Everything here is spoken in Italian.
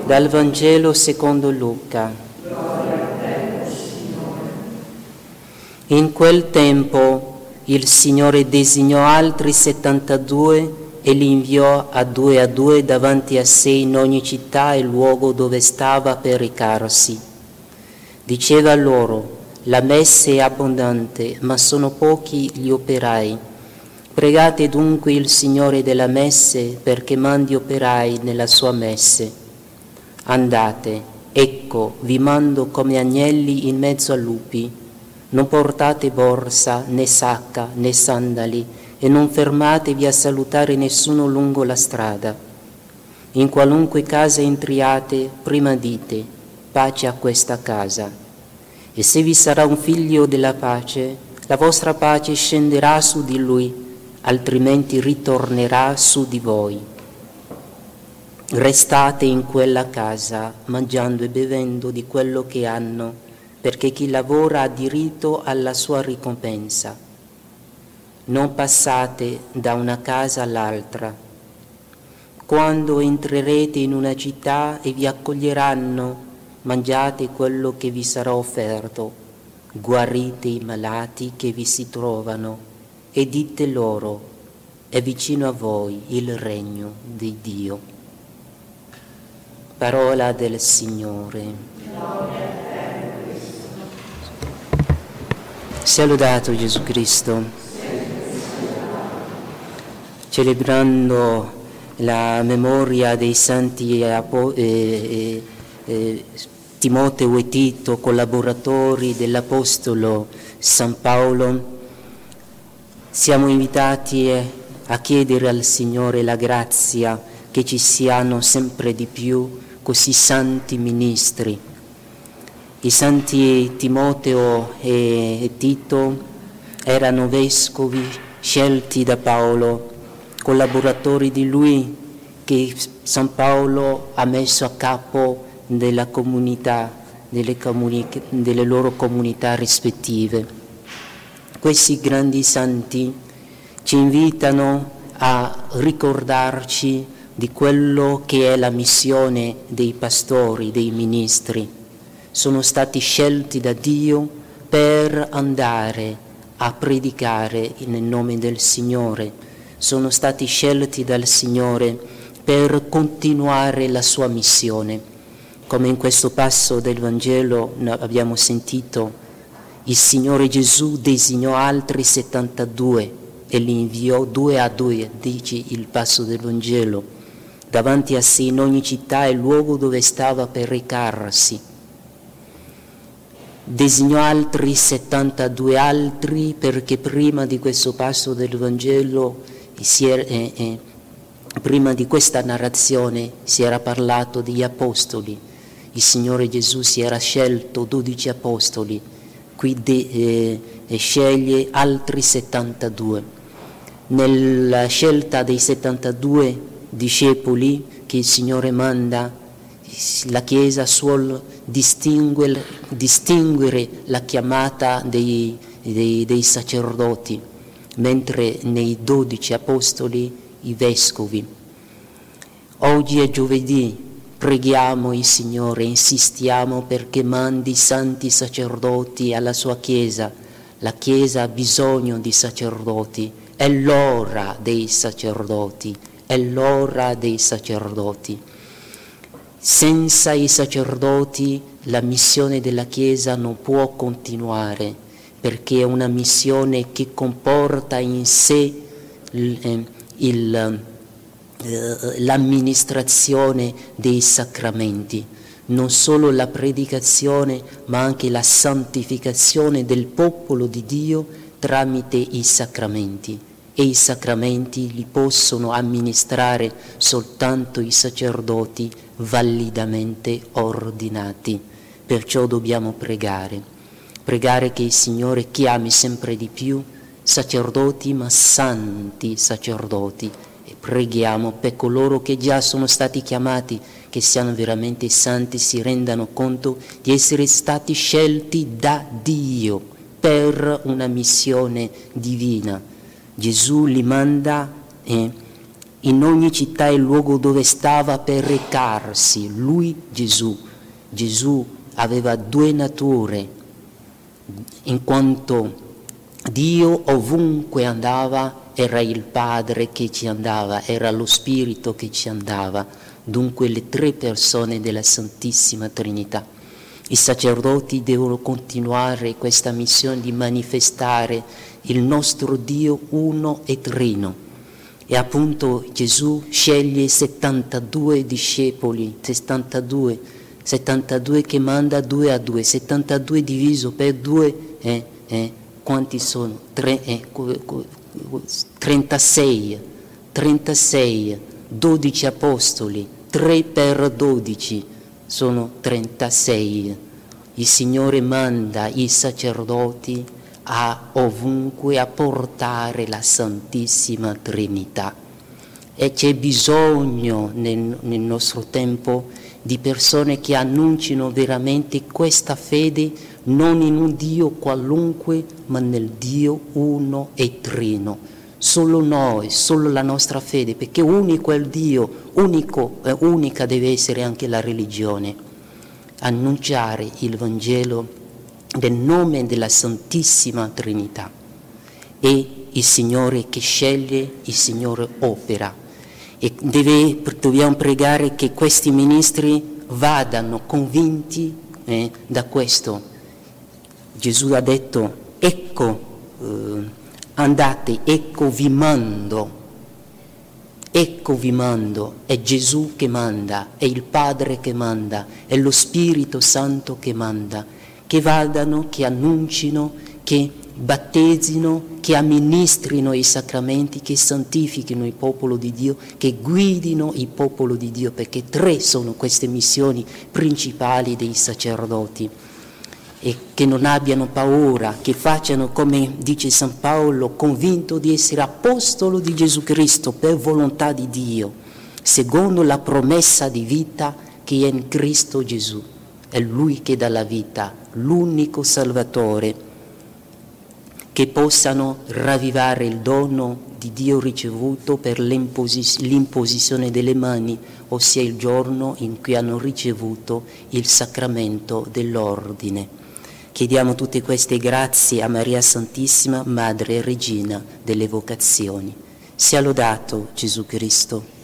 Dal Vangelo secondo Luca. In quel tempo il Signore designò altri 72 e li inviò a due davanti a sé in ogni città e luogo dove stava per recarsi. Diceva loro: la messe è abbondante, ma sono pochi gli operai. Pregate dunque il Signore della messe perché mandi operai nella sua messe. Andate, ecco, vi mando come agnelli in mezzo a lupi. Non portate borsa, né sacca, né sandali, e non fermatevi a salutare nessuno lungo la strada. In qualunque casa entriate, prima dite: pace a questa casa. E se vi sarà un figlio della pace, la vostra pace scenderà su di lui, altrimenti ritornerà su di voi. Restate in quella casa, mangiando e bevendo di quello che hanno, perché chi lavora ha diritto alla sua ricompensa. Non passate da una casa all'altra. Quando entrerete in una città e vi accoglieranno, mangiate quello che vi sarà offerto, guarite i malati che vi si trovano e dite loro: è vicino a voi il regno di Dio. Parola del Signore. Sia lodato Gesù Cristo. Celebrando la memoria dei santi Timoteo e Tito, collaboratori dell'Apostolo San Paolo, siamo invitati a chiedere al Signore la grazia che ci siano sempre di più così santi ministri. I santi Timoteo e Tito erano vescovi scelti da Paolo, collaboratori di lui che San Paolo ha messo a capo della comunità, delle loro comunità rispettive. Questi grandi santi ci invitano a ricordarci di quello che è la missione dei pastori, dei ministri. Sono stati scelti da Dio per andare a predicare nel nome del Signore. Sono stati scelti dal Signore per continuare la sua missione. Come in questo passo del Vangelo abbiamo sentito, il Signore Gesù designò altri 72 e li inviò 2, dice il passo del Vangelo, davanti a sé in ogni città e luogo dove stava per recarsi. Designò altri 72 altri perché prima di questo passo del Vangelo, prima di questa narrazione, si era parlato degli apostoli. Il Signore Gesù si era scelto 12 apostoli, qui sceglie altri 72. Nella scelta dei 72 discepoli che il Signore manda, la Chiesa suol distinguere la chiamata dei sacerdoti, mentre nei 12 apostoli i vescovi. Oggi è giovedì, preghiamo il Signore, insistiamo perché mandi santi sacerdoti alla sua Chiesa. La Chiesa ha bisogno di sacerdoti, è l'ora dei sacerdoti, è l'ora dei sacerdoti. Senza i sacerdoti la missione della Chiesa non può continuare, perché è una missione che comporta in sé l'amministrazione dei sacramenti, non solo la predicazione, ma anche la santificazione del popolo di Dio tramite i sacramenti. E i sacramenti li possono amministrare soltanto i sacerdoti validamente ordinati. Perciò dobbiamo pregare che il Signore chiami sempre di più sacerdoti, ma santi sacerdoti. E preghiamo per coloro che già sono stati chiamati, che siano veramente santi, si rendano conto di essere stati scelti da Dio per una missione divina. Gesù li manda in ogni città e luogo dove stava per recarsi. Lui, Gesù aveva due nature, in quanto Dio ovunque andava era il Padre che ci andava, era lo Spirito che ci andava, dunque le tre persone della Santissima Trinità. I sacerdoti devono continuare questa missione di manifestare il nostro Dio uno e trino. E appunto Gesù sceglie 72 discepoli, 72 che manda 2 a 2, 72 diviso per 2, quanti sono? 36, 12 apostoli, 3 per 12, sono 36. Il Signore manda i sacerdoti ovunque a portare la Santissima Trinità. E c'è bisogno nel nostro tempo di persone che annuncino veramente questa fede non in un Dio qualunque, ma nel Dio uno e trino. Solo noi, solo la nostra fede, perché unico è il Dio, unica deve essere anche la religione. Annunciare il Vangelo nel nome della Santissima Trinità. E il Signore che sceglie, il Signore opera. E dobbiamo pregare che questi ministri vadano convinti da questo. Gesù ha detto, ecco, andate, ecco vi mando, è Gesù che manda, è il Padre che manda, è lo Spirito Santo che manda, che vadano, che annuncino, che battezzino, che amministrino i sacramenti, che santifichino il popolo di Dio, che guidino il popolo di Dio, perché 3 sono queste missioni principali dei sacerdoti. E che non abbiano paura, che facciano, come dice San Paolo, convinto di essere apostolo di Gesù Cristo per volontà di Dio, secondo la promessa di vita che è in Cristo Gesù. È Lui che dà la vita, l'unico Salvatore, che possano ravvivare il dono di Dio ricevuto per l'imposizione delle mani, ossia il giorno in cui hanno ricevuto il sacramento dell'ordine. Chiediamo tutte queste grazie a Maria Santissima, Madre e Regina delle vocazioni. Sia lodato Gesù Cristo.